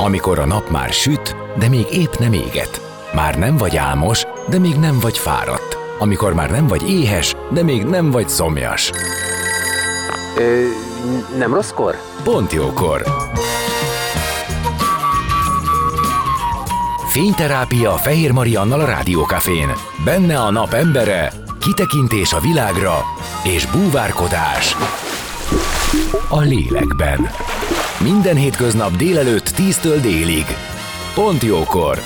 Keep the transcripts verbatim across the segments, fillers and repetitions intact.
Amikor a nap már süt, de még épp nem éget. Már nem vagy álmos, de még nem vagy fáradt. Amikor már nem vagy éhes, de még nem vagy szomjas. Ö, nem rosszkor? Pont jókor. Fényterápia Fehér Mariannal a Rádiókafén. Benne a nap embere, kitekintés a világra és búvárkodás a lélekben. Minden hétköznap délelőtt tíztől délig. Pont jókor.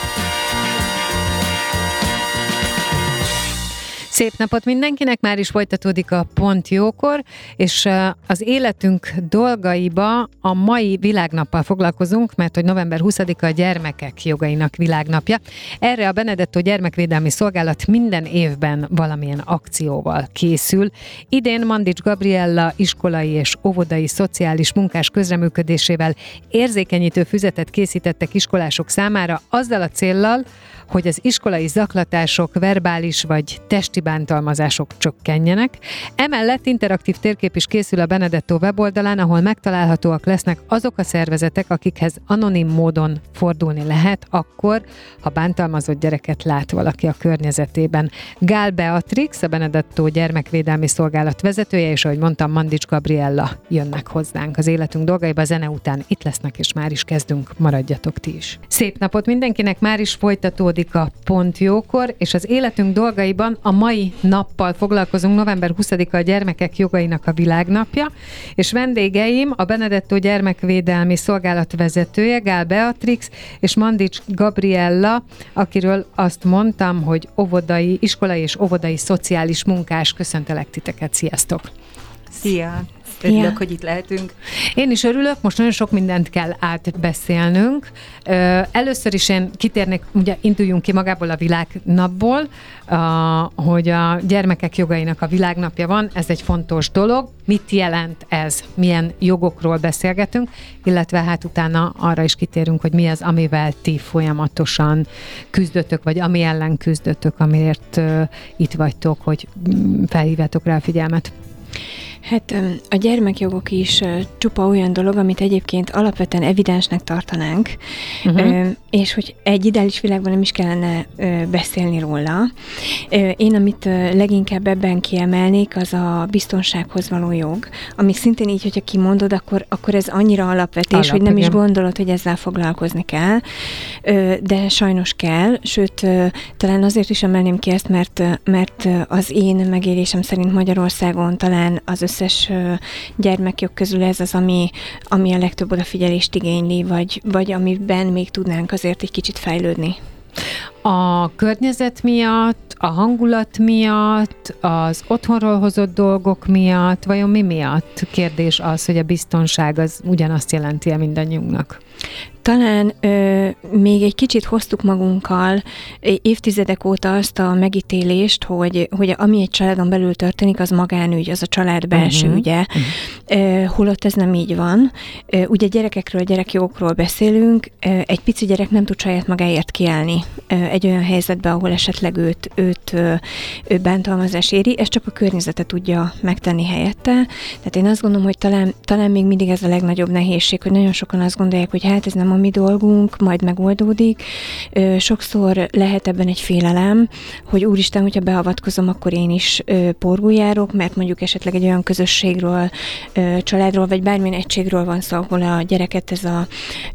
Szép napot mindenkinek, már is folytatódik a Pont Jókor, és az életünk dolgaiba a mai világnappal foglalkozunk, mert hogy november huszadika a gyermekek jogainak világnapja. Erre a Benedetto Gyermekvédelmi Szolgálat minden évben valamilyen akcióval készül. Idén Mandics Gabriella iskolai és óvodai szociális munkás közreműködésével érzékenyítő füzetet készítettek iskolások számára azzal a céllal, hogy az iskolai zaklatások, verbális vagy testi bántalmazások csökkenjenek. Emellett interaktív térkép is készül a Benedetto weboldalán, ahol megtalálhatóak lesznek azok a szervezetek, akikhez anonim módon fordulni lehet, akkor, ha bántalmazott gyereket lát valaki a környezetében. Gál Beatrix, a Benedetto Gyermekvédelmi Szolgálat vezetője, és ahogy mondtam, Mandics Gabriella jönnek hozzánk az életünk dolgaiba. A zene után itt lesznek, és már is kezdünk, maradjatok ti is. Szép napot mindenkinek, már is folytatódik a Pont Jókor, és az életünk dolgaiban a mai nappal foglalkozunk. November huszadika a gyermekek jogainak a világnapja, és vendégeim a Benedetto Gyermekvédelmi Szolgálat vezetője, Gál Beatrix, és Mandics Gabriella, akiről azt mondtam, hogy óvodai, iskolai és óvodai szociális munkás. Köszöntelek titeket, sziasztok! Szia! Örülök, ja. hogy itt lehetünk. Én is örülök, most nagyon sok mindent kell átbeszélnünk. Először is én kitérnék, ugye induljunk ki magából a világnapból, hogy a gyermekek jogainak a világnapja van, ez egy fontos dolog. Mit jelent ez? Milyen jogokról beszélgetünk, illetve hát utána arra is kitérünk, hogy mi az, amivel ti folyamatosan küzdötök, vagy ami ellen küzdötök, amiért itt vagytok, hogy felhívjátok rá a figyelmet. Hát a gyermekjogok is csupa olyan dolog, amit egyébként alapvetően evidensnek tartanánk, uh-huh. és hogy egy ideális világban nem is kellene beszélni róla. Én, amit leginkább ebben kiemelnék, az a biztonsághoz való jog, ami szintén így, hogyha kimondod, akkor, akkor ez annyira alapvetés, Alap, hogy nem igen. is gondolod, hogy ezzel foglalkozni kell, de sajnos kell, sőt, talán azért is emelném ki ezt, mert, mert az én megélésem szerint Magyarországon talán az összes gyermekjog közül ez az, ami, ami a legtöbb odafigyelést igényli, vagy, vagy amiben még tudnánk azért egy kicsit fejlődni. A környezet miatt, a hangulat miatt, az otthonról hozott dolgok miatt, vajon mi miatt? Kérdés az, hogy a biztonság az ugyanazt jelenti-e mindannyiunknak? Talán ö, még egy kicsit hoztuk magunkkal évtizedek óta azt a megítélést, hogy, hogy ami egy családon belül történik, az magánügy, az a család belső uh-huh. ügye. Uh-huh. Ö, holott ez nem így van. Ö, ugye gyerekekről, gyerekjogokról beszélünk, ö, egy pici gyerek nem tud saját magáért kiállni ö, egy olyan helyzetben, ahol esetleg őt, őt ö, ö, bántalmazás éri, ez csak a környezete tudja megtenni helyette. Tehát én azt gondolom, hogy talán, talán még mindig ez a legnagyobb nehézség, hogy nagyon sokan azt gondolják, hogy hát ez nem a mi dolgunk, majd megoldódik. Sokszor lehet ebben egy félelem, hogy úristen, hogyha beavatkozom, akkor én is porgul járok, mert mondjuk esetleg egy olyan közösségről, családról, vagy bármilyen egységről van szó, ahol a gyereket ez a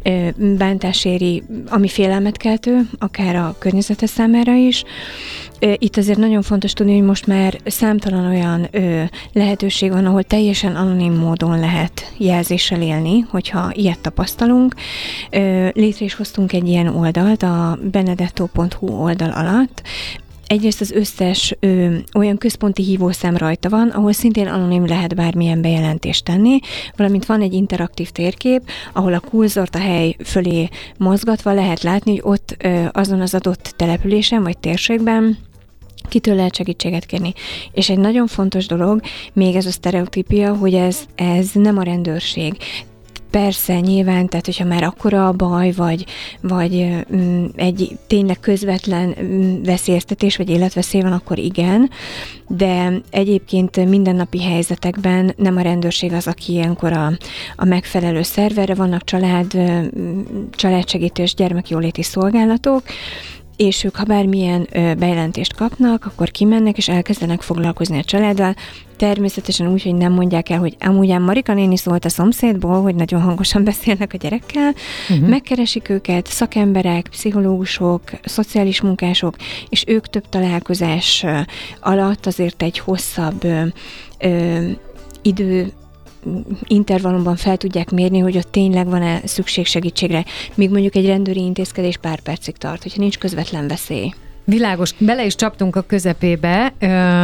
bántás éri, ami félelmet keltő, akár a környezete számára is. Itt azért nagyon fontos tudni, hogy most már számtalan olyan ö, lehetőség van, ahol teljesen anonim módon lehet jelzéssel élni, hogyha ilyet tapasztalunk. Ö, létre is hoztunk egy ilyen oldalt a benedetto pont hu oldal alatt. Egyrészt az összes ö, olyan központi hívószám rajta van, ahol szintén anonim lehet bármilyen bejelentést tenni, valamint van egy interaktív térkép, ahol a kurzort a hely fölé mozgatva lehet látni, hogy ott ö, azon az adott településen vagy térségben kitől lehet segítséget kérni. És egy nagyon fontos dolog, még ez a sztereotípia, hogy ez, ez nem a rendőrség. persze, nyilván, tehát hogyha már akkora a baj, vagy, vagy mm, egy tényleg közvetlen mm, veszélyeztetés, vagy életveszély van, akkor igen, de egyébként mindennapi helyzetekben nem a rendőrség az, aki ilyenkor a, a megfelelő szerverre, vannak család, családsegítő és gyermekjóléti szolgálatok, és ők, ha bármilyen ö, bejelentést kapnak, akkor kimennek, és elkezdenek foglalkozni a családdal. Természetesen úgy, hogy nem mondják el, hogy amúgy ám Marika néni szólt a szomszédból, hogy nagyon hangosan beszélnek a gyerekkel, uh-huh. megkeresik őket, szakemberek, pszichológusok, szociális munkások, és ők több találkozás alatt azért egy hosszabb ö, ö, idő intervallumban fel tudják mérni, hogy ott tényleg van-e szükség segítségre, míg mondjuk egy rendőri intézkedés pár percig tart, hogyha nincs közvetlen veszély. Világos, bele is csaptunk a közepébe,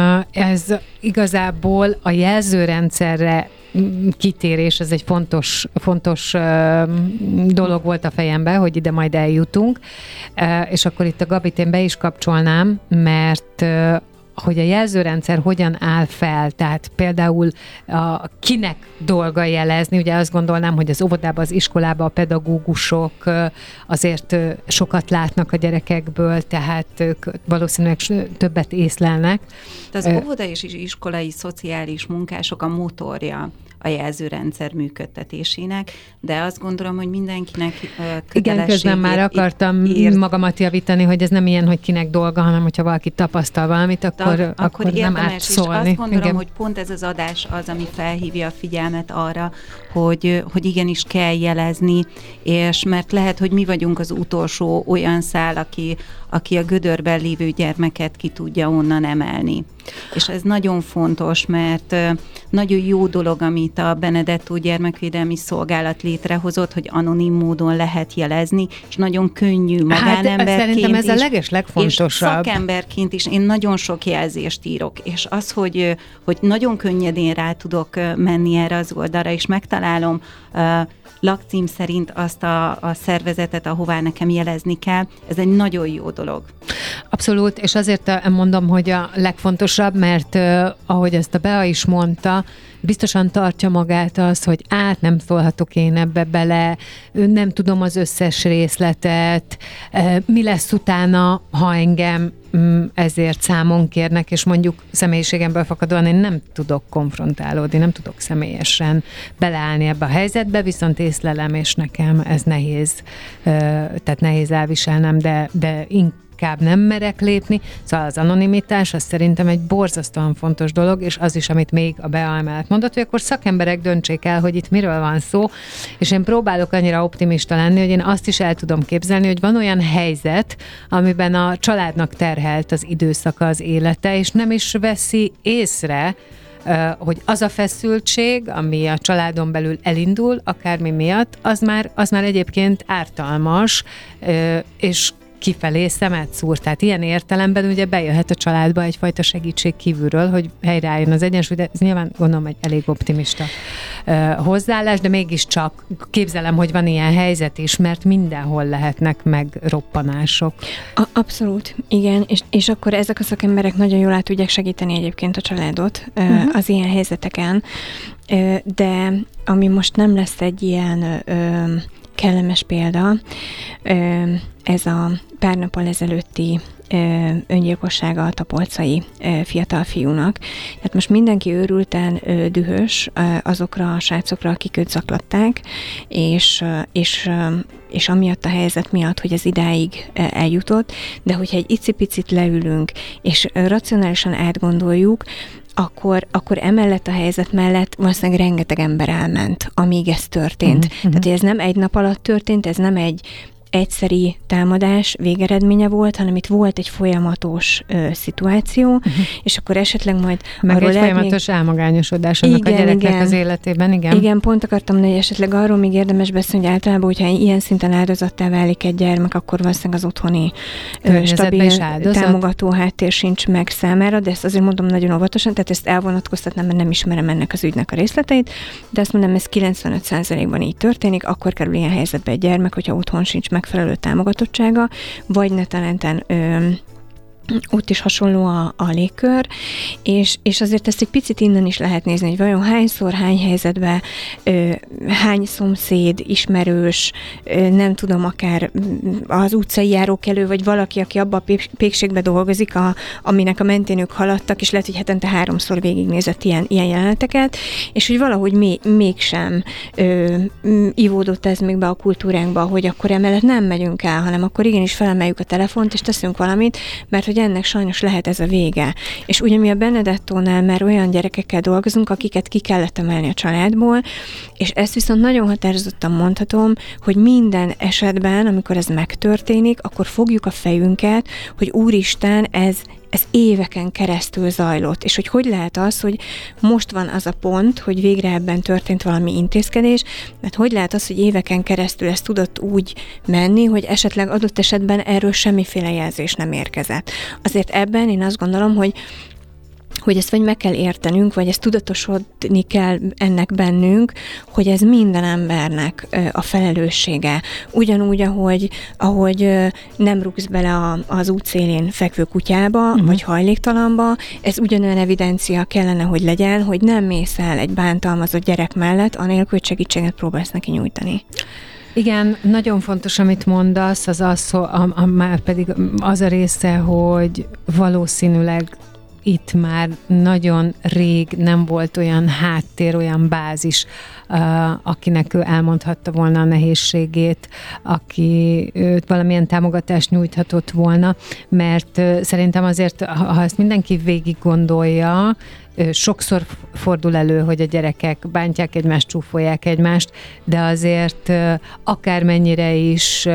ez igazából a jelzőrendszerre kitérés, ez egy fontos, fontos dolog volt a fejemben, hogy ide majd eljutunk, és akkor itt a Gabit én be is kapcsolnám, mert hogy a jelzőrendszer hogyan áll fel, tehát például a, kinek dolga jelezni, ugye azt gondolnám, hogy az óvodában, az iskolában a pedagógusok azért sokat látnak a gyerekekből, tehát ők valószínűleg többet észlelnek. De az óvoda és iskolai szociális munkások a motorja a jelzőrendszer működtetésének, de azt gondolom, hogy mindenkinek kötelességét... Igen, közben már akartam írt. magamat javítani, hogy ez nem ilyen, hogy kinek dolga, hanem hogyha valaki tapasztal valamit, akkor, akkor, akkor nem árt szólni. És azt gondolom, igen. hogy pont ez az adás az, ami felhívja a figyelmet arra, hogy, hogy igenis kell jelezni, és mert lehet, hogy mi vagyunk az utolsó olyan szál, aki, aki a gödörben lévő gyermeket ki tudja onnan emelni. És ez nagyon fontos, mert nagyon jó dolog, amit a Benedetto Gyermekvédelmi Szolgálat létrehozott, hogy anonim módon lehet jelezni, és nagyon könnyű magánemberként hát, szerintem ez is, a leges legfontosabb. És szakemberként is én nagyon sok jelzést írok, és az, hogy, hogy nagyon könnyedén rá tudok menni erre az oldalra, és megtalálom lakcím szerint azt a, a szervezetet, ahová nekem jelezni kell, ez egy nagyon jó dolog. Abszolút, és azért mondom, hogy a legfontosabb, mert uh, ahogy ezt a Bea is mondta, biztosan tartja magát az, hogy át nem szólhatok én ebbe bele, nem tudom az összes részletet, uh, mi lesz utána, ha engem um, ezért számon kérnek, és mondjuk személyiségemből fakadóan én nem tudok konfrontálódni, nem tudok személyesen beleállni ebbe a helyzetbe, viszont észlelem, és nekem ez nehéz, uh, tehát nehéz elviselnem, de, de inkább inkább nem merek lépni, szóval az anonimitás az szerintem egy borzasztóan fontos dolog, és az is, amit még a Bea emellett mondott, hogy akkor szakemberek döntsék el, hogy itt miről van szó, és én próbálok annyira optimista lenni, hogy én azt is el tudom képzelni, hogy van olyan helyzet, amiben a családnak terhelt az időszaka, az élete, és nem is veszi észre, hogy az a feszültség, ami a családon belül elindul, akármi miatt, az már, az már egyébként ártalmas, és kifelé szemet szúr. Tehát ilyen értelemben ugye bejöhet a családba egyfajta segítség kívülről, hogy helyreálljon az egyensúly, de ez nyilván gondolom egy elég optimista uh, hozzáállás, de mégiscsak képzelem, hogy van ilyen helyzet is, mert mindenhol lehetnek meg roppanások. A- abszolút, igen, és, és akkor ezek a szakemberek nagyon jól át tudják segíteni egyébként a családot uh-huh. uh, az ilyen helyzeteken, uh, de ami most nem lesz egy ilyen uh, kellemes példa, uh, ez a pár nappal ezelőtti ö, öngyilkossága a tapolcai ö, fiatal fiúnak. Tehát most mindenki őrülten ö, dühös ö, azokra a srácokra, akik őt zaklatták, és, ö, és, ö, és amiatt a helyzet miatt, hogy ez idáig ö, eljutott, de hogyha egy icipicit leülünk, és ö, racionálisan átgondoljuk, akkor, akkor emellett a helyzet mellett valószínűleg rengeteg ember elment, amíg ez történt. Uh-huh. Tehát ez nem egy nap alatt történt, ez nem egy egyszeri támadás végeredménye volt, hanem itt volt egy folyamatos ö, szituáció, uh-huh. és akkor esetleg majd meg arról egy folyamatos még... elmagányosodás annak igen, a gyereknek igen. az életében, igen. Igen, pont akartam mondani, hogy esetleg arról még érdemes beszélni, hogy általában, hogyha ilyen szinten áldozattá válik egy gyermek, akkor valószínűleg az otthoni ö, stabil, támogató háttér sincs meg számára, de ezt azért mondom nagyon óvatosan, tehát ezt elvonatkoztatnám, mert nem ismerem ennek az ügynek a részleteit, de azt mondom, ez kilencvenöt százalékban így történik, akkor kerül ilyen helyzetbe egy gyermek, hogyha otthon sincs megfelelő támogatottsága, vagy netalenten ö, ott is hasonló a, a légkör, és, és azért ezt egy picit innen is lehet nézni, hogy vajon hányszor, hány helyzetben, ö, hány szomszéd, ismerős, ö, nem tudom, akár az utcai járókelő, vagy valaki, aki abban a pékségben dolgozik, a, aminek a mentén ők haladtak, és lehet, hogy hetente háromszor végignézett ilyen, ilyen jeleneteket, és hogy valahogy még, mégsem ö, ivódott ez még be a kultúránkba, hogy akkor emellett nem megyünk el, hanem akkor igenis felemeljük a telefont, és teszünk valamit, mert hogy ennek sajnos lehet ez a vége. És ugye mi a Benedettónál már olyan gyerekekkel dolgozunk, akiket ki kellett emelni a családból, és ezt viszont nagyon határozottan mondhatom, hogy minden esetben, amikor ez megtörténik, akkor fogjuk a fejünket, hogy úristen, ez ez éveken keresztül zajlott, és hogy hogy lehet az, hogy most van az a pont, hogy végre ebben történt valami intézkedés, mert hogy lehet az, hogy éveken keresztül ez tudott úgy menni, hogy esetleg adott esetben erről semmiféle jelzés nem érkezett. Azért ebben én azt gondolom, hogy hogy ezt vagy meg kell értenünk, vagy ezt tudatosodni kell ennek bennünk, hogy ez minden embernek a felelőssége. Ugyanúgy, ahogy, ahogy nem rúgsz bele a, az útszélén fekvő kutyába, uh-huh. vagy hajléktalanba, ez ugyanolyan evidencia kellene, hogy legyen, hogy nem mész el egy bántalmazott gyerek mellett, anélkül, hogy segítséget próbálsz neki nyújtani. Igen, nagyon fontos, amit mondasz, az az, a, a, már pedig az a része, hogy valószínűleg itt már nagyon rég nem volt olyan háttér, olyan bázis, uh, akinek ő elmondhatta volna a nehézségét, aki őt valamilyen támogatást nyújthatott volna, mert uh, szerintem azért, ha, ha ezt mindenki végig gondolja, sokszor fordul elő, hogy a gyerekek bántják egymást, csúfolják egymást, de azért akármennyire is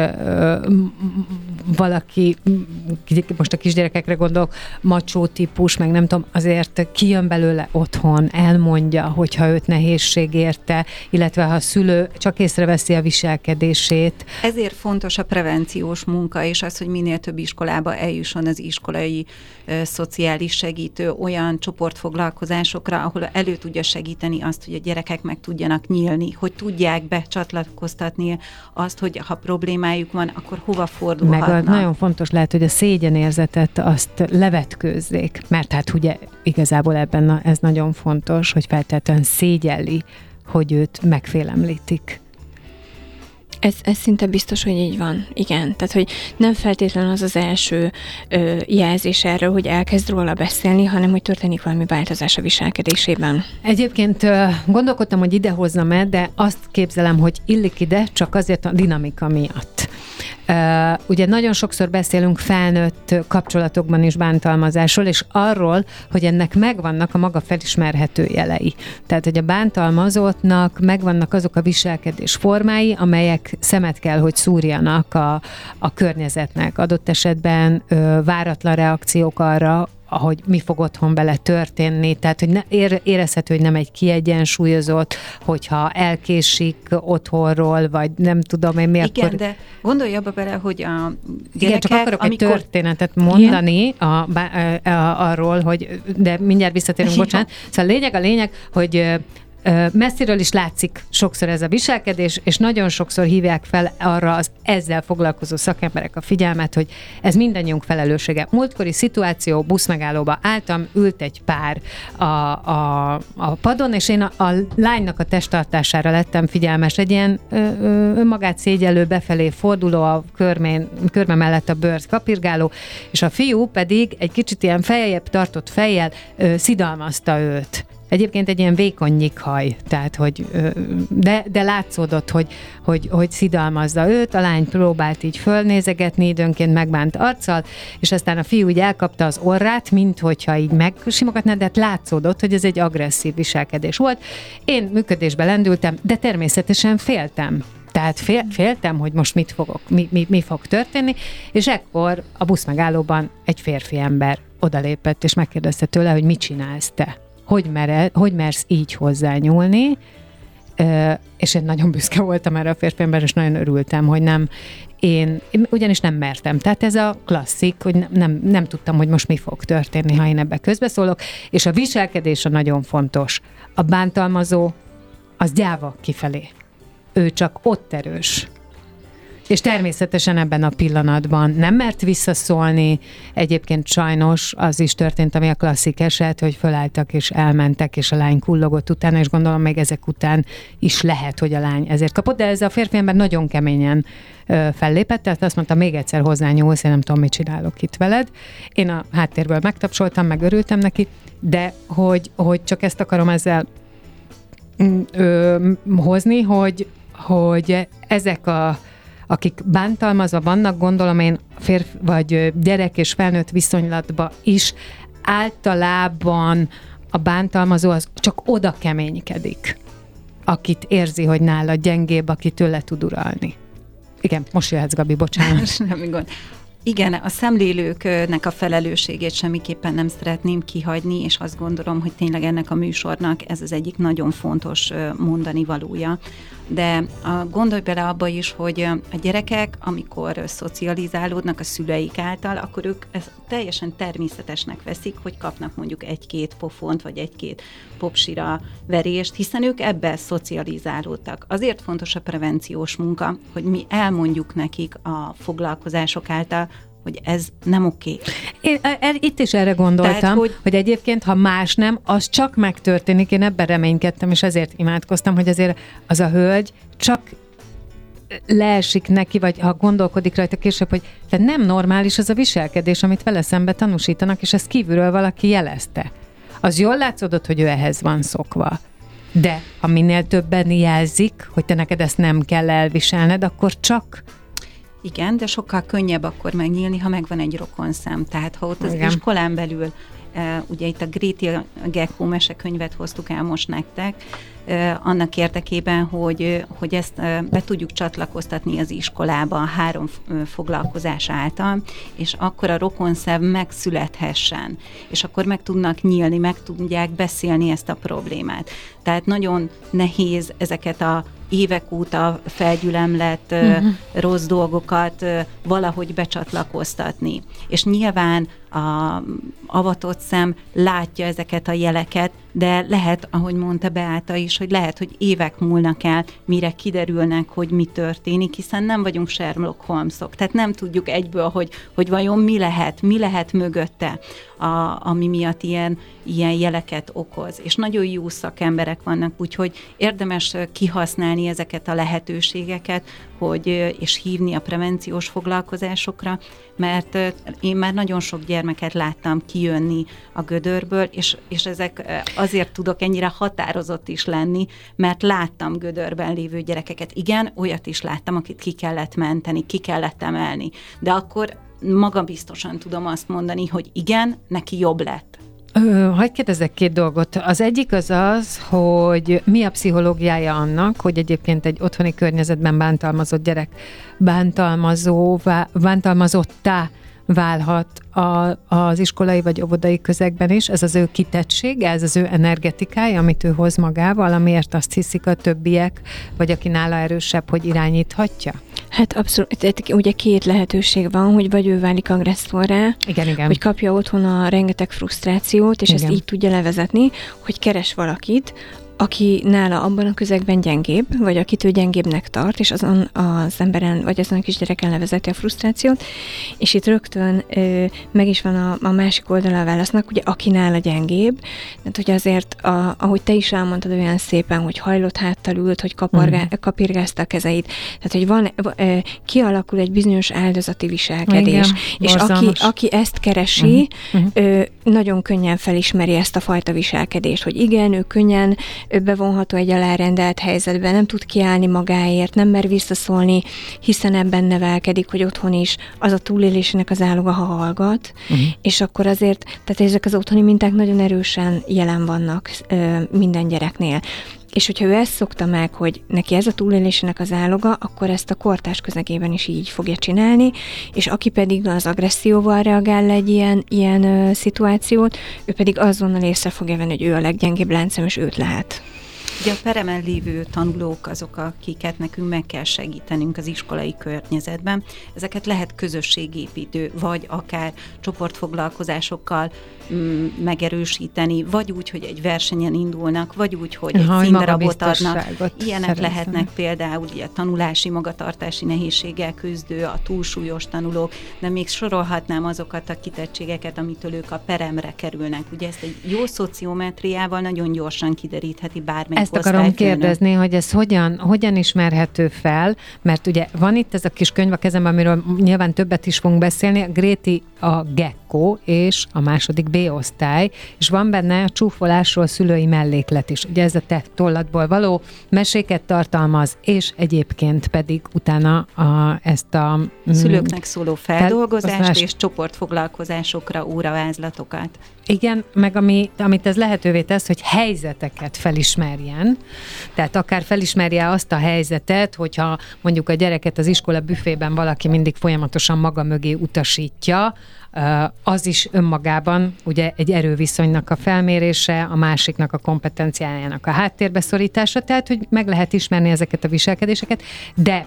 valaki, most a kisgyerekekre gondolok, macsó típus, meg nem tudom, azért kijön belőle otthon, elmondja, hogyha őt nehézség érte, illetve ha a szülő csak észreveszi a viselkedését. Ezért fontos a prevenciós munka, és az, hogy minél több iskolába eljusson az iskolai ö, szociális segítő, olyan csoportfoglalkozásokra, ahol elő tudja segíteni azt, hogy a gyerekek meg tudjanak nyílni, hogy tudják becsatlakoztatni azt, hogy ha problémájuk van, akkor hova fordulhatnak. Meg a, nagyon fontos lehet, hogy a szégyenérzetet azt levetkőzzék, mert hát ugye igazából ebben a, ez nagyon fontos, hogy feltétlenül szégyelli, hogy őt megfélemlítik. Ez, ez szinte biztos, hogy így van. Igen. Tehát, hogy nem feltétlenül az az első ö, jelzés erről, hogy elkezd róla beszélni, hanem hogy történik valami változás a viselkedésében. Egyébként ö, gondolkodtam, hogy idehozzam-e, de azt képzelem, hogy illik ide, csak azért a dinamika miatt. Uh, ugye nagyon sokszor beszélünk felnőtt kapcsolatokban is bántalmazásról, és arról, hogy ennek megvannak a maga felismerhető jelei. Tehát, hogy a bántalmazottnak megvannak azok a viselkedés formái, amelyek szemet kell, hogy szúrjanak a, a környezetnek. Adott esetben uh, váratlan reakciók arra, ahogy mi fog otthon bele történni, tehát hogy ne, ér, érezhető, hogy nem egy kiegyensúlyozott, hogyha elkésik otthonról, vagy nem tudom én mi Igen, akkor... de gondolj abba bele, hogy a gyerekek... Igen, csak akarok amikor... egy történetet mondani a, a, a, arról, hogy, de mindjárt visszatérünk, bocsánat. Szóval a lényeg, a lényeg, hogy messziről is látszik sokszor ez a viselkedés, és nagyon sokszor hívják fel arra az ezzel foglalkozó szakemberek a figyelmet, hogy ez mindannyiunk felelőssége. Múltkori szituáció, buszmegállóba álltam, ült egy pár a, a, a padon, és én a, a lánynak a testtartására lettem figyelmes. Egy ilyen ö, ö, önmagát szégyellő befelé forduló, a körmén, körme mellett a bőrt kapirgáló, és a fiú pedig egy kicsit ilyen feljebb tartott fejjel ö, szidalmazta őt. Egyébként egy ilyen vékony nyikhaj, tehát hogy, de, de látszódott, hogy, hogy, hogy szidalmazza őt, a lány próbált így fölnézegetni, időnként megbánt arccal, és aztán a fiú úgy elkapta az orrát, mint hogyha így megsimogatná, de hát látszódott, hogy ez egy agresszív viselkedés volt. Én működésbe lendültem, de természetesen féltem. Tehát fél, féltem, hogy most mit fogok, mi, mi, mi fog történni, és ekkor a buszmegállóban egy férfi ember odalépett, és megkérdezte tőle, hogy mit csinálsz te? Hogy, mere, hogy mersz így hozzányúlni, Ö, és én nagyon büszke voltam erre a férfi emberre, és nagyon örültem, hogy nem én, én ugyanis nem mertem. Tehát ez a klasszik, hogy nem, nem, nem tudtam, hogy most mi fog történni, ha én ebbe közbeszólok, és a viselkedés a nagyon fontos. A bántalmazó az gyáva kifelé. Ő csak ott erős. És természetesen ebben a pillanatban nem mert visszaszólni, egyébként sajnos az is történt, ami a klasszik eset, hogy fölálltak és elmentek, és a lány kullogott utána, és gondolom még ezek után is lehet, hogy a lány ezért kapott, de ez a férfi ember nagyon keményen ö, fellépett, tehát azt mondta, még egyszer hozzányúlsz, én nem tudom, mit csinálok itt veled. Én a háttérből megtapsoltam, meg örültem neki, de hogy, hogy csak ezt akarom ezzel ö, hozni, hogy, hogy ezek a akik bántalmazva vannak, gondolom én férfi vagy gyerek és felnőtt viszonylatban is, általában a bántalmazó az csak oda keménykedik, akit érzi, hogy nála gyengébb, aki tőle tud uralni. Igen, most jöhetsz, Gabi, bocsánat. Nem gond. Igen, a szemlélőknek a felelősségét semmiképpen nem szeretném kihagyni, és azt gondolom, hogy tényleg ennek a műsornak ez az egyik nagyon fontos mondani valója. De gondolj bele abba is, hogy a gyerekek, amikor szocializálódnak a szüleik által, akkor ők ezt teljesen természetesnek veszik, hogy kapnak mondjuk egy-két pofont, vagy egy-két popsira verést, hiszen ők ebbe szocializálódtak. Azért fontos a prevenciós munka, hogy mi elmondjuk nekik a foglalkozások által, hogy ez nem oké. Én itt is erre gondoltam, Tehát, hogy... hogy egyébként, ha más nem, az csak megtörténik. Én ebben reménykedtem, és ezért imádkoztam, hogy azért az a hölgy csak leesik neki, vagy ha gondolkodik rajta később, hogy te nem normális az a viselkedés, amit vele szembe tanúsítanak, és ezt kívülről valaki jelezte. Az jól látszódott, hogy ő ehhez van szokva. De ha minél többen jelzik, hogy te neked ezt nem kell elviselned, akkor csak... Igen, de sokkal könnyebb akkor megnyílni, ha megvan egy rokonszem. Tehát ha ott az Igen. iskolán belül, ugye itt a Gréti Gekkó mesekönyvet hoztuk el most nektek, annak érdekében, hogy, hogy ezt be tudjuk csatlakoztatni az iskolába a három foglalkozás által, és akkor a rokonszem megszülethessen, és akkor meg tudnak nyílni, meg tudják beszélni ezt a problémát. Tehát nagyon nehéz ezeket a évek óta felgyülemlett uh-huh. rossz dolgokat valahogy becsatlakoztatni. És nyilván a avatott szem látja ezeket a jeleket, de lehet, ahogy mondta Beáta is, hogy lehet, hogy évek múlnak el, mire kiderülnek, hogy mi történik, hiszen nem vagyunk Sherlock Holmesok, tehát nem tudjuk egyből, hogy, hogy vajon mi lehet, mi lehet mögötte, a, ami miatt ilyen, ilyen jeleket okoz. És nagyon jó szakemberek vannak, úgyhogy érdemes kihasználni ezeket a lehetőségeket, hogy, és hívni a prevenciós foglalkozásokra, mert én már nagyon sok gyermeket láttam kijönni a gödörből, és, és ezek azért tudok ennyire határozott is lenni, mert láttam gödörben lévő gyerekeket. Igen, olyat is láttam, akit ki kellett menteni, ki kellett emelni. De akkor magabiztosan tudom azt mondani, hogy igen, neki jobb lett. Hadd kérdezzek két dolgot. Az egyik az az, hogy mi a pszichológiája annak, hogy egyébként egy otthoni környezetben bántalmazott gyerek bántalmazóvá, bántalmazottá válhat a, az iskolai vagy óvodai közegben is. Ez az ő kitettsége, ez az ő energetikája, amit ő hoz magával, amiért azt hiszik a többiek, vagy aki nála erősebb, hogy irányíthatja? Hát abszolút, ugye két lehetőség van, hogy vagy ő válik agresszorrá, igen, igen. hogy kapja otthon a rengeteg frusztrációt, és igen. ezt így tudja levezetni, hogy keres valakit, aki nála abban a közegben gyengébb, vagy akit ő gyengébbnek tart, és azon az emberen, vagy azon a kisgyereken levezeti a frusztrációt, és itt rögtön ö, meg is van a, a másik oldala a válasznak, ugye aki nála gyengébb, tehát hogy azért, a, ahogy te is elmondtad olyan szépen, hogy hajlott háttal ült, hogy kapargá, mm. kapirgázta a kezeit, tehát hogy van, ö, kialakul egy bizonyos áldozati viselkedés, igen, és aki, aki ezt keresi, mm. ö, nagyon könnyen felismeri ezt a fajta viselkedést, hogy igen, ő könnyen ő bevonható egy alárendelt helyzetbe, nem tud kiállni magáért, nem mer visszaszólni, hiszen ebben nevelkedik, hogy otthon is az a túlélésének az áloga, ha hallgat, uh-huh. és akkor azért, tehát ezek az otthoni minták nagyon erősen jelen vannak ö, minden gyereknél. És hogyha ő ezt szokta meg, hogy neki ez a túlélésének az áloga, akkor ezt a kortárs közegében is így fogja csinálni, és aki pedig az agresszióval reagál le egy ilyen, ilyen ö, szituációt, ő pedig azonnal észre fogja venni, hogy ő a leggyengébb láncszem, és őt lehet Ugye a peremen lévő tanulók azok, akiket nekünk meg kell segítenünk az iskolai környezetben. Ezeket lehet közösségépítő, vagy akár csoportfoglalkozásokkal mm, megerősíteni, vagy úgy, hogy egy versenyen indulnak, vagy úgy, hogy egy színdarabot adnak. Ilyenek szerezem. Lehetnek például ugye, a tanulási, magatartási nehézséggel küzdő, a túlsúlyos tanulók, de még sorolhatnám azokat a kitettségeket, amitől ők a peremre kerülnek. Ugye ezt egy jó szociometriával nagyon gyorsan kiderítheti bármelyik Ezt akarom osztályfőnök. kérdezni, hogy ez hogyan, hogyan ismerhető fel, mert ugye van itt ez a kis könyv a kezemben, amiről nyilván többet is fogunk beszélni, a Gréti a Gecko és a második B-osztály, és van benne a csúfolásról szülői melléklet is. Ugye ez a te tolladból való meséket tartalmaz, és egyébként pedig utána a, ezt a... Szülőknek szóló feldolgozást fel, és csoportfoglalkozásokra óravázlatokat. Igen, meg ami, amit ez lehetővé tesz, hogy helyzeteket felismerjen. Tehát akár felismerje azt a helyzetet, hogyha mondjuk a gyereket az iskola büfében valaki mindig folyamatosan maga mögé utasítja, az is önmagában ugye egy erőviszonynak a felmérése, a másiknak a kompetenciájának a háttérbe szorítása, tehát hogy meg lehet ismerni ezeket a viselkedéseket, de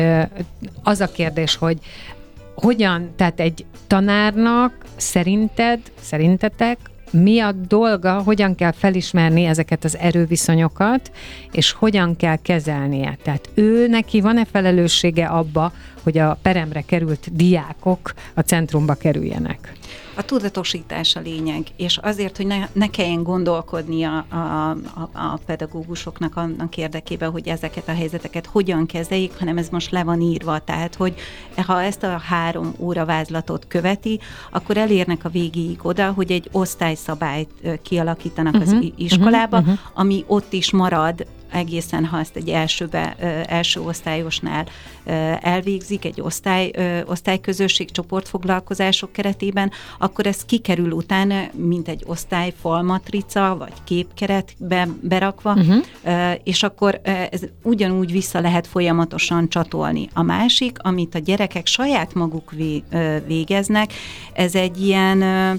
az a kérdés, hogy hogyan, tehát egy tanárnak szerinted, szerintetek mi a dolga, hogyan kell felismerni ezeket az erőviszonyokat, és hogyan kell kezelnie? Tehát ő neki van-e felelőssége abba, hogy a peremre került diákok a centrumba kerüljenek? A tudatosítás a lényeg, és azért, hogy ne, ne kelljen gondolkodni a, a, a, a pedagógusoknak annak érdekében, hogy ezeket a helyzeteket hogyan kezeljék, hanem ez most le van írva. Tehát, hogy ha ezt a három óravázlatot követi, akkor elérnek a végéig oda, hogy egy osztályszabályt kialakítanak uh-huh, az iskolába, uh-huh, uh-huh. ami ott is marad, egészen, ha ezt egy elsőbe, első osztályosnál elvégzik, egy osztály, osztályközösség, csoportfoglalkozások keretében, akkor ez kikerül utána, mint egy osztályfalmatrica, vagy képkeretbe berakva, uh-huh. és akkor ez ugyanúgy vissza lehet folyamatosan csatolni. A másik, amit a gyerekek saját maguk végeznek, ez egy ilyen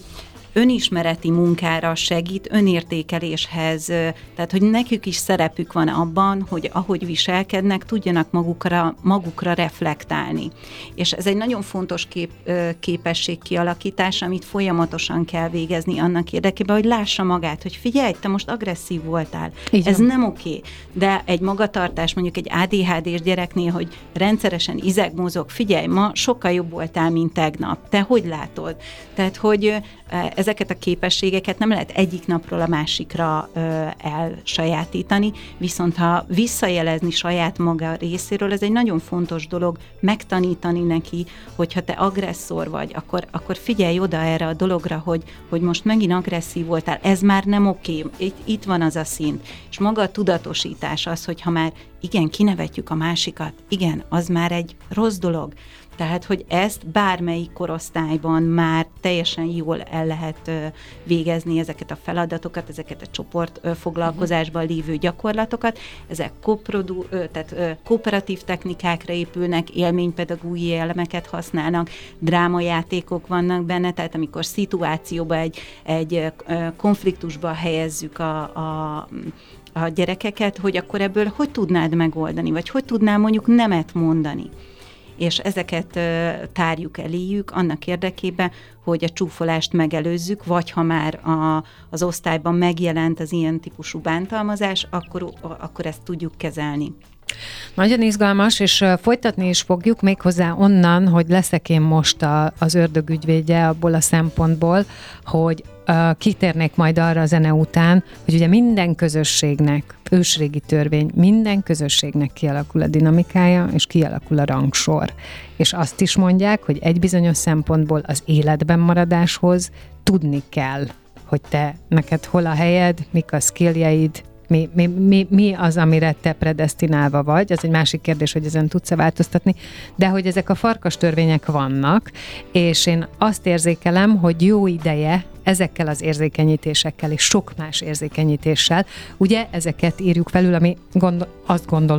önismereti munkára segít, önértékeléshez, tehát hogy nekük is szerepük van abban, hogy ahogy viselkednek, tudjanak magukra, magukra reflektálni. És ez egy nagyon fontos kép, képesség kialakítás, amit folyamatosan kell végezni annak érdekében, hogy lássa magát, hogy figyelj, te most agresszív voltál. Igen. Ez nem oké. De egy magatartás, mondjuk egy á dé há dés gyereknél, hogy rendszeresen izegmozog, figyelj, ma sokkal jobb voltál, mint tegnap. Te hogy látod? Tehát, hogy ezeket a képességeket nem lehet egyik napról a másikra ö, elsajátítani, viszont ha visszajelezni saját maga részéről, ez egy nagyon fontos dolog, megtanítani neki, hogyha te agresszor vagy, akkor, akkor figyelj oda erre a dologra, hogy, hogy most megint agresszív voltál, ez már nem oké, itt, itt van az a szint. És maga a tudatosítás az, hogyha már igen, kinevetjük a másikat, igen, az már egy rossz dolog. Tehát, hogy ezt bármelyik korosztályban már teljesen jól el lehet végezni ezeket a feladatokat, ezeket a csoportfoglalkozásban lévő gyakorlatokat. Ezek koprodu, tehát kooperatív technikákra épülnek, élménypedagógiai elemeket használnak, drámajátékok vannak benne, tehát amikor szituációba egy, egy konfliktusba helyezzük a, a a gyerekeket, hogy akkor ebből hogy tudnád megoldani, vagy hogy tudnál mondjuk nemet mondani. És ezeket tárjuk eléjük annak érdekében, hogy a csúfolást megelőzzük, vagy ha már a, az osztályban megjelent az ilyen típusú bántalmazás, akkor, akkor ezt tudjuk kezelni. Nagyon izgalmas, és folytatni is fogjuk méghozzá onnan, hogy leszek én most a, az ördög ügyvédje abból a szempontból, hogy uh, kitérnék majd arra a zene után, hogy ugye minden közösségnek, ősrégi törvény, minden közösségnek kialakul a dinamikája, és kialakul a rangsor. És azt is mondják, hogy egy bizonyos szempontból az életben maradáshoz tudni kell, hogy te, neked hol a helyed, mik a skilljeid, Mi, mi, mi, mi az, amire te predesztinálva vagy, ez egy másik kérdés, hogy ezen tudsz-e változtatni, de hogy ezek a farkas törvények vannak, és én azt érzékelem, hogy jó ideje ezekkel az érzékenyítésekkel és sok más érzékenyítéssel, ugye ezeket írjuk felül, ami gondol, azt gondolom,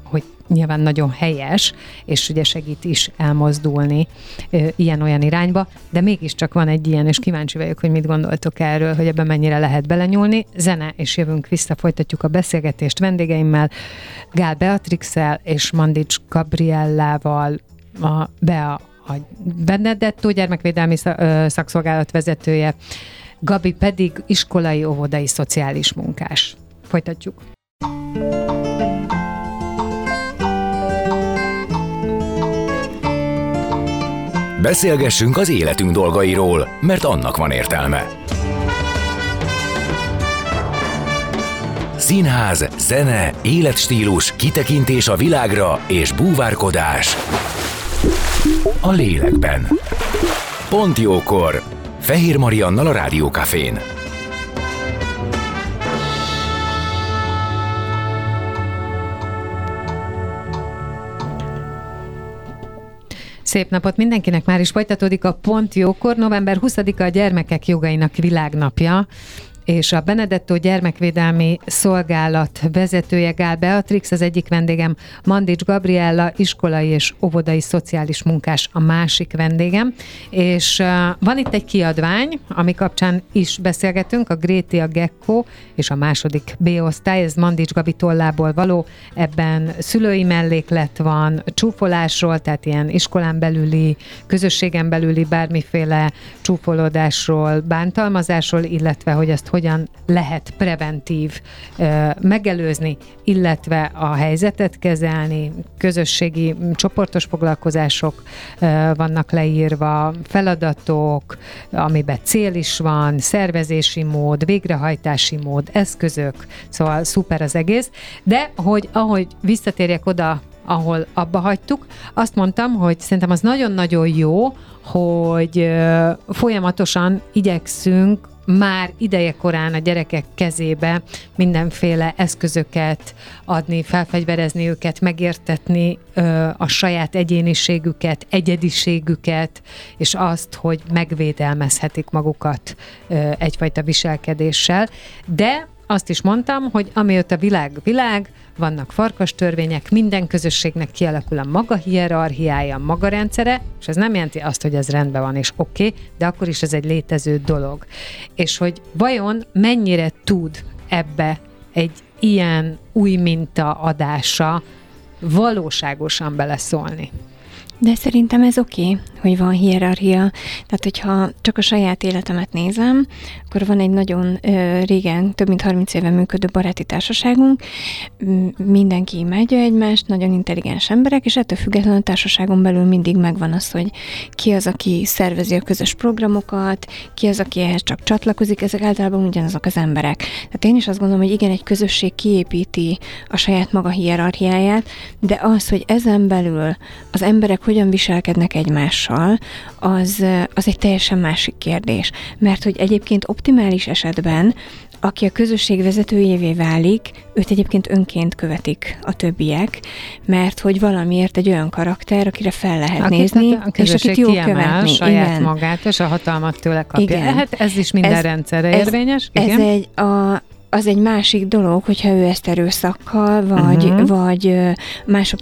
hogy nyilván nagyon helyes, és ugye segít is elmozdulni ilyen-olyan irányba, de mégiscsak van egy ilyen, és kíváncsi vagyok, hogy mit gondoltok erről, hogy ebben mennyire lehet belenyúlni. Zene, és jövünk vissza, folytatjuk a beszélgetést vendégeimmel, Gál Beatrixel és Mandics Gabriellával, a Bea, a Benedetto gyermekvédelmi szakszolgálat vezetője, Gabi pedig iskolai, óvodai, szociális munkás. Folytatjuk. Beszélgessünk az életünk dolgairól, mert annak van értelme. Színház, zene, életstílus, kitekintés a világra és búvárkodás a lélekben. Pont jókor! Fehér Mariannal a Rádió Cafén. Szép napot mindenkinek, már is folytatódik a Pont jókor. november huszadika a Gyermekek Jogainak Világnapja, és a Benedetto gyermekvédelmi szolgálat vezetője Gál Beatrix, az egyik vendégem, Mandics Gabriella, iskolai és óvodai szociális munkás a másik vendégem, és uh, van itt egy kiadvány, ami kapcsán is beszélgetünk, a Gréti, a Gecko és a második B-osztály, ez Mandics Gabi tollából való, ebben szülői melléklet van, csúfolásról, tehát ilyen iskolán belüli, közösségen belüli bármiféle csúfolódásról, bántalmazásról, illetve hogy ezt hogyan lehet preventív uh, megelőzni, illetve a helyzetet kezelni, közösségi csoportos foglalkozások uh, vannak leírva, feladatok, amiben cél is van, szervezési mód, végrehajtási mód, eszközök, szóval szuper az egész, de hogy ahogy visszatérjek oda, ahol abba hagytuk, azt mondtam, hogy szerintem az nagyon-nagyon jó, hogy uh, folyamatosan igyekszünk már ideje korán a gyerekek kezébe mindenféle eszközöket adni, felfegyverezni őket, megértetni ö, a saját egyéniségüket, egyediségüket, és azt, hogy megvédelmezhetik magukat ö, egyfajta viselkedéssel. De azt is mondtam, hogy amióta világ világ, vannak farkastörvények, minden közösségnek kialakul a maga hierarchiája, a maga rendszere, és ez nem jelenti azt, hogy ez rendben van, és oké, okay, de akkor is ez egy létező dolog. És hogy vajon mennyire tud ebbe egy ilyen új minta adása valóságosan beleszólni? De szerintem ez oké, okay, hogy van hierarchia. Tehát, hogyha csak a saját életemet nézem, akkor van egy nagyon ö, régen, több mint harminc éve működő baráti társaságunk, mindenki imádja egymást, nagyon intelligens emberek, és ettől függetlenül a társaságon belül mindig megvan az, hogy ki az, aki szervezi a közös programokat, ki az, aki ehhez csak csatlakozik, ezek általában ugyanazok az emberek. Tehát én is azt gondolom, hogy igen, egy közösség kiépíti a saját maga hierarchiáját, de az, hogy ezen belül az emberek hogyan viselkednek egymással, az, az egy teljesen másik kérdés. Mert hogy egyébként optimális esetben, aki a közösség vezetőjévé válik, őt egyébként önként követik a többiek, mert hogy valamiért egy olyan karakter, akire fel lehet akit nézni, a és akit jó követni. Saját igen. magát, és a hatalmat tőle kapja. Igen. Hát ez is minden ez, rendszerre ez, érvényes. Ez igen? egy a az egy másik dolog, hogyha ő ezt erőszakkal, vagy, uh-huh. vagy mások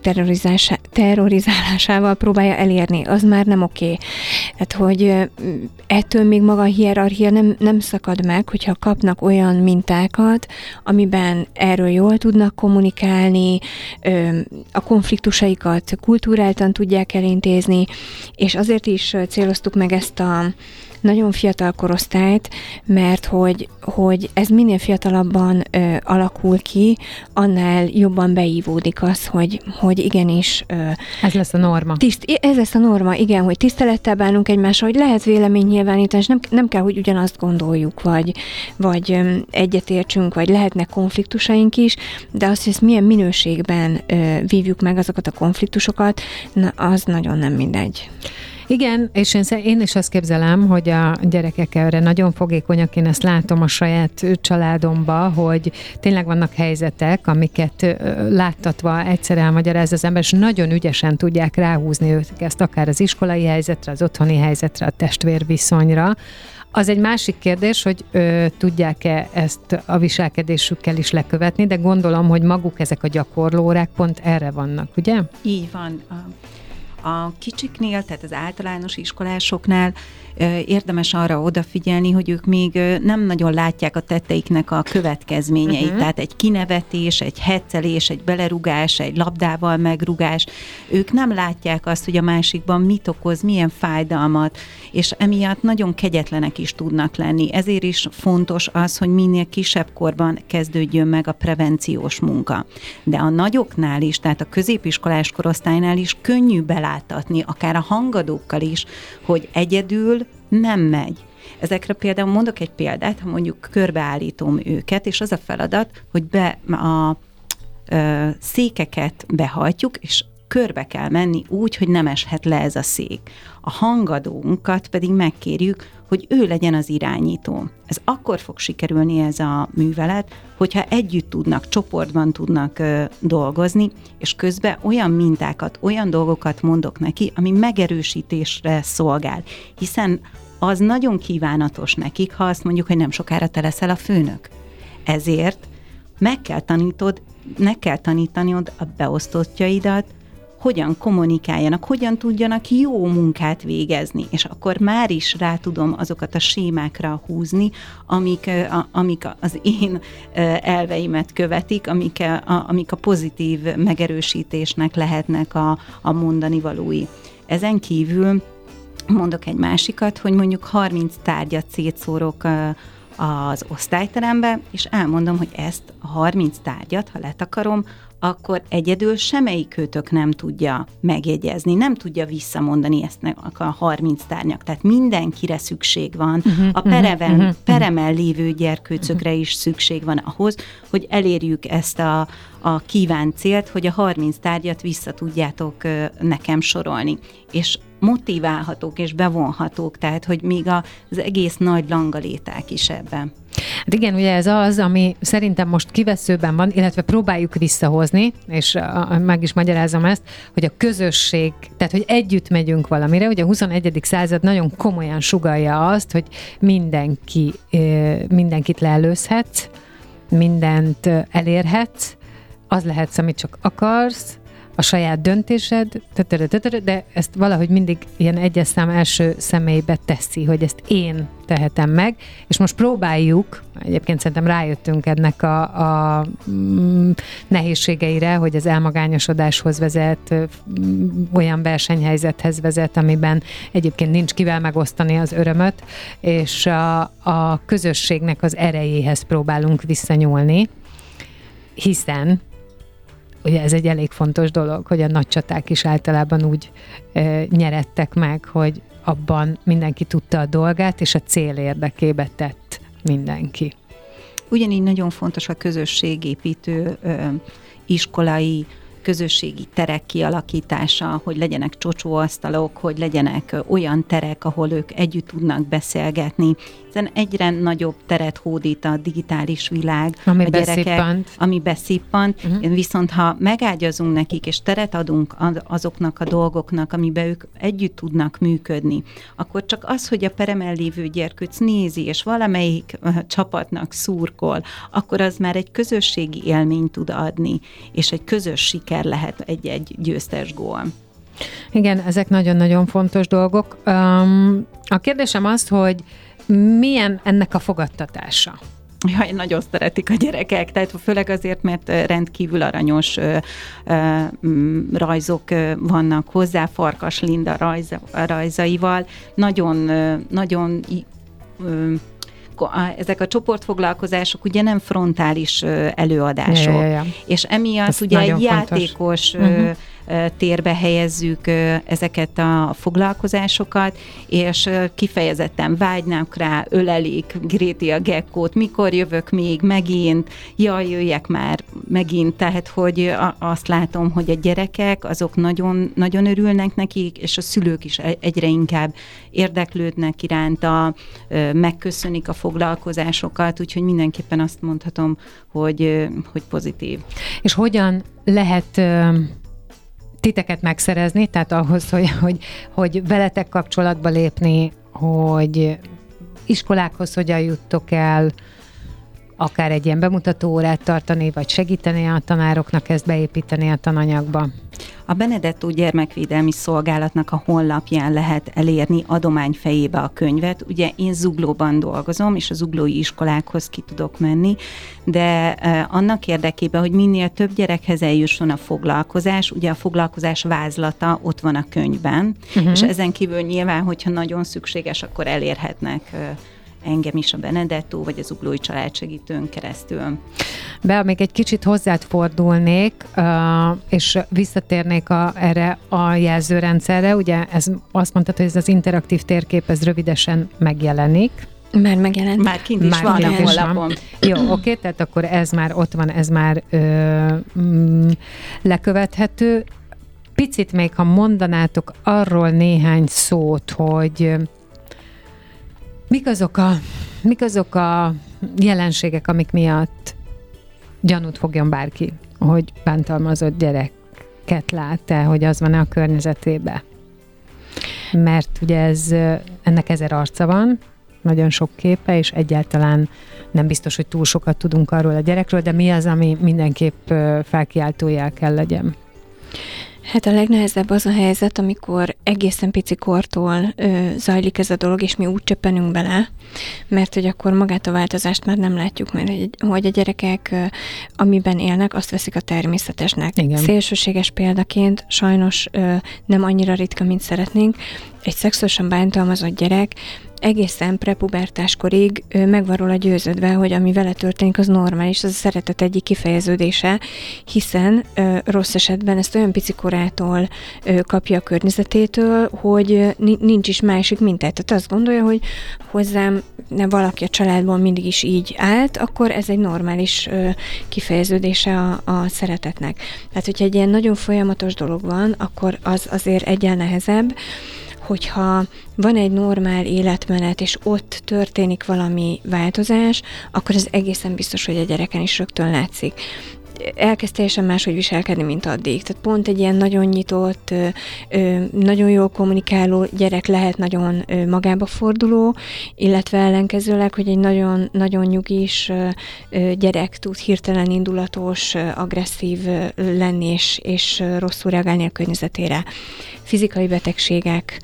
terrorizálásával próbálja elérni, az már nem oké. Tehát, hogy ettől még maga a hierarchia nem, nem szakad meg, hogyha kapnak olyan mintákat, amiben erről jól tudnak kommunikálni, a konfliktusaikat kulturáltan tudják elintézni, és azért is céloztuk meg ezt a nagyon fiatal korosztályt, mert hogy, hogy ez minél fiatalabban ö, alakul ki, annál jobban beívódik az, hogy, hogy igenis... Ö, ez lesz a norma. Tiszt, ez lesz a norma, igen, hogy tisztelettel bánunk egymással, hogy lehet véleménynyilvánítani, és nem, nem kell, hogy ugyanazt gondoljuk, vagy, vagy ö, egyetértsünk, vagy lehetnek konfliktusaink is, de az, hogy ezt milyen minőségben ö, vívjuk meg azokat a konfliktusokat, na, az nagyon nem mindegy. Igen, és én, én is azt képzelem, hogy a gyerekek erre nagyon fogékonyak, én ezt látom a saját családomba, hogy tényleg vannak helyzetek, amiket láttatva egyszer elmagyaráz az ember, és nagyon ügyesen tudják ráhúzni őket, ezt akár az iskolai helyzetre, az otthoni helyzetre, a testvérviszonyra. Az egy másik kérdés, hogy ö, tudják-e ezt a viselkedésükkel is lekövetni, de gondolom, hogy maguk ezek a gyakorlórák pont erre vannak, ugye? Így van. A kicsiknél, tehát az általános iskolásoknál érdemes arra odafigyelni, hogy ők még nem nagyon látják a tetteiknek a következményeit. Uh-huh. Tehát egy kinevetés, egy heccelés, egy belerugás, egy labdával megrugás. Ők nem látják azt, hogy a másikban mit okoz, milyen fájdalmat, és emiatt nagyon kegyetlenek is tudnak lenni. Ezért is fontos az, hogy minél kisebb korban kezdődjön meg a prevenciós munka. De a nagyoknál is, tehát a középiskolás korosztálynál is könnyű beláttatni, akár a hangadókkal is, hogy egyedül nem megy. Ezekre például mondok egy példát, ha mondjuk körbeállítom őket, és az a feladat, hogy be a ö, székeket behajtjuk, és körbe kell menni úgy, hogy nem eshet le ez a szék. A hangadónkat pedig megkérjük, hogy ő legyen az irányító. Ez akkor fog sikerülni ez a művelet, hogyha együtt tudnak, csoportban tudnak ö, dolgozni, és közben olyan mintákat, olyan dolgokat mondok neki, ami megerősítésre szolgál. Hiszen az nagyon kívánatos nekik, ha azt mondjuk, hogy nem sokára te leszel a főnök. Ezért meg kell tanítod, meg kell tanítanod a beosztottjaidat, hogyan kommunikáljanak, hogyan tudjanak jó munkát végezni, és akkor már is rá tudom azokat a sémákra húzni, amik, a, amik az én elveimet követik, amik a, amik a pozitív megerősítésnek lehetnek a, a mondani valói. Ezen kívül mondok egy másikat, hogy mondjuk harminc tárgyat szétszórok az osztályterembe, és elmondom, hogy ezt a harminc tárgyat, ha letakarom, akkor egyedül semmelyikőtök nem tudja megjegyezni, nem tudja visszamondani ezt a harminc tárgynak. Tehát mindenkire szükség van, uh-huh, a pereven, uh-huh, peremel lévő gyerkőcökre is szükség van ahhoz, hogy elérjük ezt a, a kívánt célt, hogy a harminc tárgyat vissza tudjátok nekem sorolni. És motiválhatók és bevonhatók, tehát hogy még az egész nagy langaléták is ebben. Hát igen, ugye ez az, ami szerintem most kiveszőben van, illetve próbáljuk visszahozni, és a, a, meg is magyarázom ezt, hogy a közösség, tehát hogy együtt megyünk valamire, ugye a huszonegyedik század nagyon komolyan sugallja azt, hogy mindenki, mindenkit leelőzhetsz, mindent elérhetsz, az lehetsz, amit csak akarsz, a saját döntésed, de ezt valahogy mindig ilyen egyes szám első személybe teszi, hogy ezt én tehetem meg, és most próbáljuk, egyébként szerintem rájöttünk ennek a, a nehézségeire, hogy az elmagányosodáshoz vezet, olyan versenyhelyzethez vezet, amiben egyébként nincs kivel megosztani az örömöt, és a, a közösségnek az erejéhez próbálunk visszanyúlni, hiszen ugye ez egy elég fontos dolog, hogy a nagy csaták is általában úgy e, nyerettek meg, hogy abban mindenki tudta a dolgát, és a cél érdekébe tett mindenki. Ugyanígy nagyon fontos a közösségépítő ö, iskolai közösségi terek kialakítása, hogy legyenek csocsóasztalok, hogy legyenek olyan terek, ahol ők együtt tudnak beszélgetni. Hiszen egyre nagyobb teret hódít a digitális világ, ami a gyerekek, beszippant. ami beszippant. Uh-huh. Viszont ha megágyazunk nekik, és teret adunk azoknak a dolgoknak, amiben ők együtt tudnak működni, akkor csak az, hogy a peremen lévő gyerkőc nézi, és valamelyik csapatnak szurkol, akkor az már egy közösségi élményt tud adni, és egy közös siker lehet egy-egy győztes gól. Igen, ezek nagyon-nagyon fontos dolgok. Um, a kérdésem az, hogy milyen ennek a fogadtatása? Jaj, nagyon szeretik a gyerekek, tehát főleg azért, mert rendkívül aranyos ö, ö, rajzok vannak hozzá, Farkas Linda rajza, rajzaival. Nagyon, ö, nagyon ö, ezek a csoportfoglalkozások ugye nem frontális előadások, ja, ja, ja. És emiatt ez ugye egy fontos. játékos uh-huh. térbe helyezzük ezeket a foglalkozásokat, és kifejezetten vágynak rá, ölelik Gréti a gekkót, mikor jövök még megint, jaj, jöjjek már megint, tehát hogy azt látom, hogy a gyerekek azok nagyon, nagyon örülnek nekik, és a szülők is egyre inkább érdeklődnek iránta, megköszönik a foglalkozásokat, úgyhogy mindenképpen azt mondhatom, hogy, hogy pozitív. És hogyan lehet titeket megszerezni, tehát ahhoz, hogy, hogy, hogy veletek kapcsolatba lépni, hogy iskolákhoz hogyan juttok el, akár egy ilyen bemutató órát tartani, vagy segíteni a tanároknak ezt beépíteni a tananyagba? A Benedetto Gyermekvédelmi Szolgálatnak a honlapján lehet elérni adomány fejébe a könyvet. Ugye én Zuglóban dolgozom, és a zuglói iskolákhoz ki tudok menni, de eh, annak érdekében, hogy minél több gyerekhez eljusson a foglalkozás, ugye a foglalkozás vázlata ott van a könyvben, uh-huh. és ezen kívül nyilván, hogyha nagyon szükséges, akkor elérhetnek eh, engem is a Benedetto, vagy az Zuglói Családsegítőn keresztül. Be, még egy kicsit hozzád fordulnék, és visszatérnék a, erre a jelzőrendszerre. Ugye ez, azt mondtad, hogy ez az interaktív térkép, ez rövidesen megjelenik. Már megjelent. Már kint is már van kint a honlapon. Jó, oké, tehát akkor ez már ott van, ez már ö, mm, lekövethető. Picit még, ha mondanátok arról néhány szót, hogy Mik azok, a, mik azok a jelenségek, amik miatt gyanút fogjon bárki, hogy bántalmazott gyereket lát-e, hogy az van-e a környezetében? Mert ugye ez, ennek ezer arca van, nagyon sok képe, és egyáltalán nem biztos, hogy túl sokat tudunk arról a gyerekről, de mi az, ami mindenképp felkiáltójel kell legyen? Hát a legnehezebb az a helyzet, amikor egészen pici kortól ö, zajlik ez a dolog, és mi úgy csöppenünk bele, mert hogy akkor magát a változást már nem látjuk, mert hogy, hogy a gyerekek, ö, amiben élnek, azt veszik a természetesnek. Igen. Szélsőséges példaként sajnos ö, nem annyira ritka, mint szeretnénk. Egy szexuálisan bántalmazott gyerek egészen prepubertáskorig meg van róla győződve, hogy ami vele történik, az normális, az a szeretet egyik kifejeződése, hiszen ö, rossz esetben ezt olyan pici korától ö, kapja a környezetétől, hogy nincs is másik mintát. Tehát azt gondolja, hogy hozzám nem valaki a családból mindig is így állt, akkor ez egy normális ö, kifejeződése a, a szeretetnek. Tehát, hogyha egy ilyen nagyon folyamatos dolog van, akkor az azért egyen nehezebb, hogyha van egy normál életmenet, és ott történik valami változás, akkor ez egészen biztos, hogy a gyereken is rögtön látszik. Elkezd teljesen máshogy viselkedni, mint addig. Tehát pont egy ilyen nagyon nyitott, nagyon jól kommunikáló gyerek lehet nagyon magába forduló, illetve ellenkezőleg, hogy egy nagyon, nagyon nyugis gyerek tud hirtelen indulatos, agresszív lenni, és, és rosszul reagálni a környezetére. Fizikai betegségek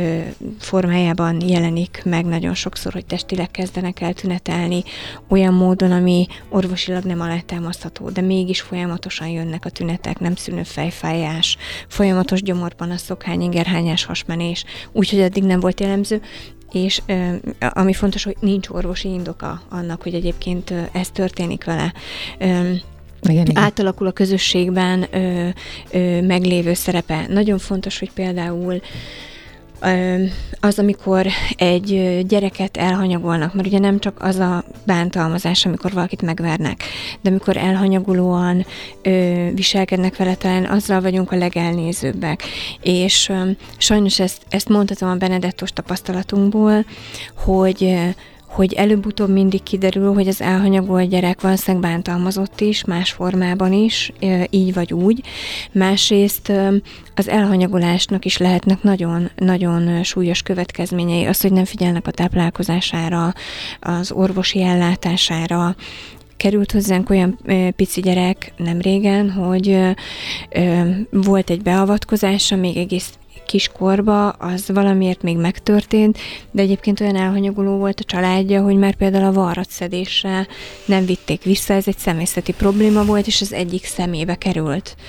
formájában jelenik meg nagyon sokszor, hogy testileg kezdenek el tünetelni olyan módon, ami orvosilag nem alátámasztható, de mégis folyamatosan jönnek a tünetek, nem szűnő fejfájás, folyamatos gyomorpanaszok, hányingerhányás, hasmenés, úgyhogy addig nem volt jellemző, és ami fontos, hogy nincs orvosi indoka annak, hogy egyébként ez történik vele. Igen, igen. Átalakul a közösségben ö, ö, meglévő szerepe. Nagyon fontos, hogy például ö, az, amikor egy gyereket elhanyagolnak, mert ugye nem csak az a bántalmazás, amikor valakit megvernek, de amikor elhanyagolóan ö, viselkednek vele, talán azzal vagyunk a legelnézőbbek. És ö, sajnos ezt, ezt mondhatom a Benedettos tapasztalatunkból, hogy hogy előbb-utóbb mindig kiderül, hogy az elhanyagolt gyerek valószínűleg bántalmazott is, más formában is, így vagy úgy. Másrészt az elhanyagolásnak is lehetnek nagyon, nagyon súlyos következményei. Az, hogy nem figyelnek a táplálkozására, az orvosi ellátására. Került hozzánk olyan ö, pici gyerek nem régen, hogy ö, ö, volt egy beavatkozása, még egész kiskorba, az valamiért még megtörtént, de egyébként olyan elhanyagoló volt a családja, hogy már például a varratszedésre nem vitték vissza, ez egy személyzeti probléma volt, és az egyik szemébe került.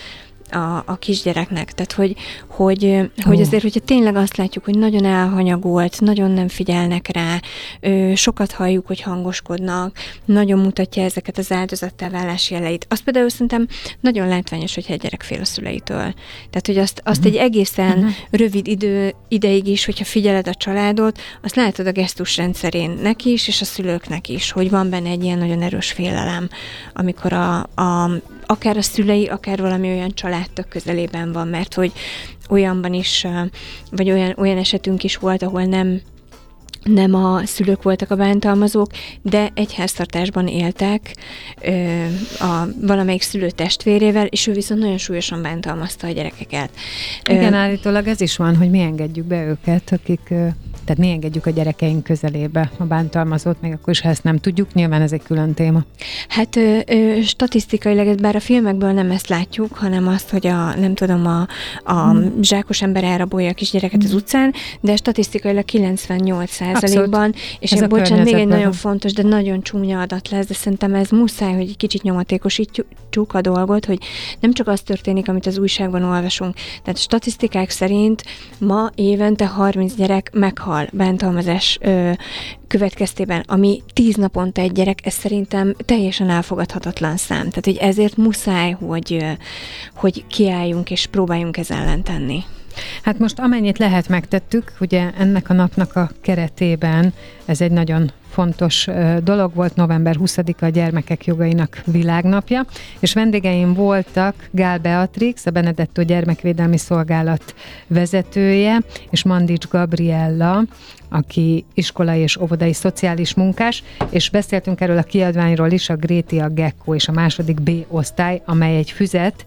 a, a kisgyereknek. Tehát, hogy, hogy, hogy azért, hogyha tényleg azt látjuk, hogy nagyon elhanyagolt, nagyon nem figyelnek rá, ö, sokat halljuk, hogy hangoskodnak, nagyon mutatja ezeket az áldozattá válás jeleit. Azt például szerintem nagyon látványos, hogyha egy gyerek fél a szüleitől. Tehát, hogy azt, azt egy egészen uh-huh. rövid idő, ideig is, hogyha figyeled a családot, azt látod a gesztusrendszerén neki is, és a szülőknek is, hogy van benne egy ilyen nagyon erős félelem, amikor a, a, akár a szülei, akár valami olyan családtag közelében van, mert hogy olyanban is, vagy olyan, olyan esetünk is volt, ahol nem nem a szülők voltak a bántalmazók, de egy háztartásban éltek ö, a valamelyik szülő testvérével, és ő viszont nagyon súlyosan bántalmazta a gyerekeket. Igen, ö, állítólag ez is van, hogy mi engedjük be őket, akik, tehát mi engedjük a gyerekeink közelébe a bántalmazót, még akkor is, ha ezt nem tudjuk, nyilván ez egy külön téma. Hát ö, ö, statisztikailag, bár a filmekből nem ezt látjuk, hanem azt, hogy a, nem tudom, a, a hmm. zsákos ember elrabolja a kisgyereket hmm. az utcán, de statisztikailag kilencvennyolc százalékban, és én bocsánat, még egy nagyon fontos, de nagyon csúnya adat lesz, de szerintem ez muszáj, hogy egy kicsit nyomatékosítjuk a dolgot, hogy nem csak az történik, amit az újságban olvasunk. Tehát a statisztikák szerint ma évente harminc gyerek meghal bántalmazás ö, következtében, ami tíz naponta egy gyerek, ez szerintem teljesen elfogadhatatlan szám. Tehát, hogy ezért muszáj, hogy, hogy kiálljunk és próbáljunk ez ellen tenni. Hát most amennyit lehet megtettük, ugye ennek a napnak a keretében ez egy nagyon fontos dolog volt, november huszadika a gyermekek jogainak világnapja, és vendégeim voltak Gál Beatrix, a Benedetto Gyermekvédelmi Szolgálat vezetője, és Mandics Gabriella, aki iskolai és óvodai szociális munkás, és beszéltünk erről a kiadványról is, a Gréti, a Gecko és a második B osztály, amely egy füzet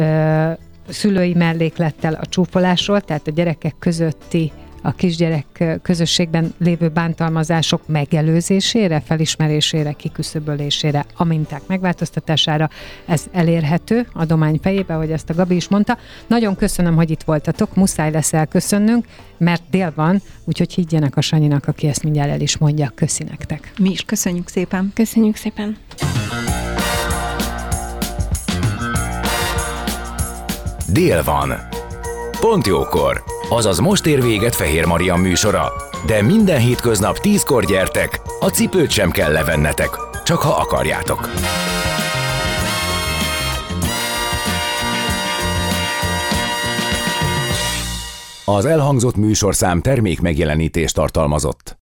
szülői melléklettel a csúfolásról, tehát a gyerekek közötti, a kisgyerek közösségben lévő bántalmazások megelőzésére, felismerésére, kiküszöbölésére, a minták megváltoztatására. Ez elérhető adomány fejébe, ahogy ezt a Gabi is mondta. Nagyon köszönöm, hogy itt voltatok, muszáj lesz elköszönnünk, mert dél van, úgyhogy higgyenek a Sanyinak, aki ezt mindjárt el is mondja. Köszi nektek. Mi is köszönjük szépen. Köszönjük szépen. Dél van. Pont jókor. Azaz most ér véget Fehér Marian műsora. De minden hétköznap tízkor gyertek, a cipőt sem kell levennetek, csak ha akarjátok. Az elhangzott műsorszám termék megjelenítést tartalmazott.